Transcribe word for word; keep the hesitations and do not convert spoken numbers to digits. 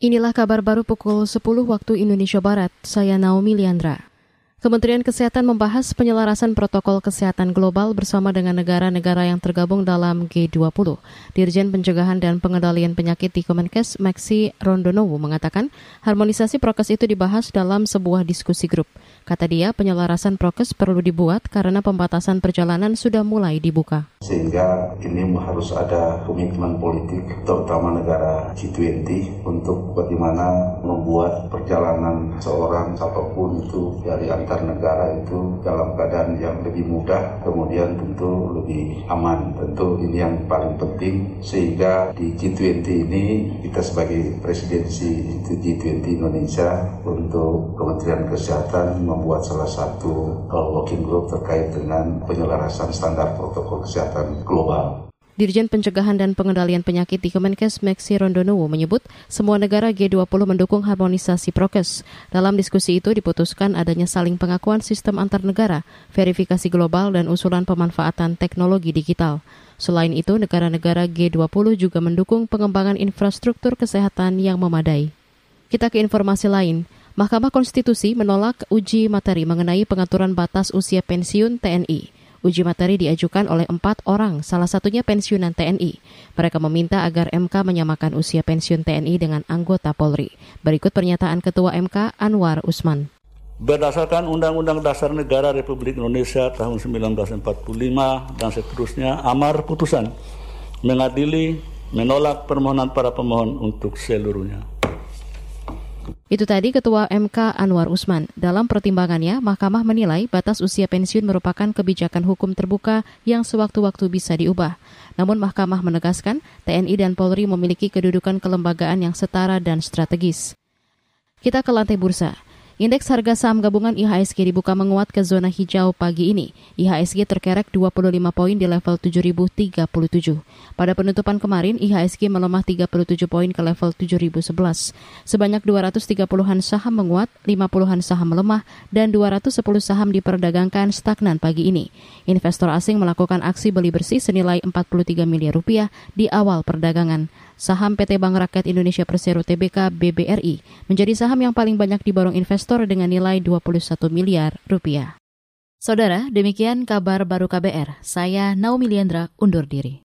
Inilah kabar baru pukul sepuluh waktu Indonesia Barat, saya Naomi Liandra. Kementerian Kesehatan membahas penyelarasan protokol kesehatan global bersama dengan negara-negara yang tergabung dalam G dua puluh. Dirjen Pencegahan dan Pengendalian Penyakit di Kemenkes, Maxi Rondonowo, mengatakan harmonisasi prokes itu dibahas dalam sebuah diskusi grup. Kata dia, penyelarasan prokes perlu dibuat karena pembatasan perjalanan sudah mulai dibuka. Sehingga ini harus ada komitmen politik, terutama negara G dua puluh, untuk bagaimana membuat perjalanan seorang apapun itu dari antar negara itu dalam keadaan yang lebih mudah, kemudian tentu lebih aman. Tentu ini yang paling penting, sehingga di G dua puluh ini kita sebagai presidensi itu G dua puluh Indonesia untuk Kementerian Kesehatan membuat salah satu working group terkait dengan penyelarasan standar protokol kesehatan global. Dirjen Pencegahan dan Pengendalian Penyakit di Kemenkes, Maxi Rondonowo, menyebut semua negara G dua puluh mendukung harmonisasi prokes. Dalam diskusi itu diputuskan adanya saling pengakuan sistem antar negara, verifikasi global, dan usulan pemanfaatan teknologi digital. Selain itu, negara-negara G dua puluh juga mendukung pengembangan infrastruktur kesehatan yang memadai. Kita ke informasi lain. Mahkamah Konstitusi menolak uji materi mengenai pengaturan batas usia pensiun T N I. Uji materi diajukan oleh empat orang, salah satunya pensiunan T N I. Mereka meminta agar M K menyamakan usia pensiun T N I dengan anggota Polri. Berikut pernyataan Ketua M K Anwar Usman. Berdasarkan Undang-Undang Dasar Negara Republik Indonesia tahun sembilan belas empat puluh lima dan seterusnya, amar putusan mengadili menolak permohonan para pemohon untuk seluruhnya. Itu tadi Ketua M K Anwar Usman. Dalam pertimbangannya, Mahkamah menilai batas usia pensiun merupakan kebijakan hukum terbuka yang sewaktu-waktu bisa diubah. Namun Mahkamah menegaskan T N I dan Polri memiliki kedudukan kelembagaan yang setara dan strategis. Kita ke lantai bursa. Indeks harga saham gabungan I H S G dibuka menguat ke zona hijau pagi ini. I H S G terkerek dua puluh lima poin di level tujuh ribu tiga puluh tujuh. Pada penutupan kemarin, I H S G melemah tiga puluh tujuh poin ke level tujuh ribu sebelas. Sebanyak dua ratus tiga puluhan saham menguat, lima puluhan saham melemah, dan dua ratus sepuluh saham diperdagangkan stagnan pagi ini. Investor asing melakukan aksi beli bersih senilai empat puluh tiga miliar rupiah di awal perdagangan. Saham P T Bank Rakyat Indonesia Persero Tbk B B R I menjadi saham yang paling banyak diborong investor dengan nilai dua puluh satu miliar rupiah. Saudara, demikian kabar baru K B R. Saya Naomi Liandra undur diri.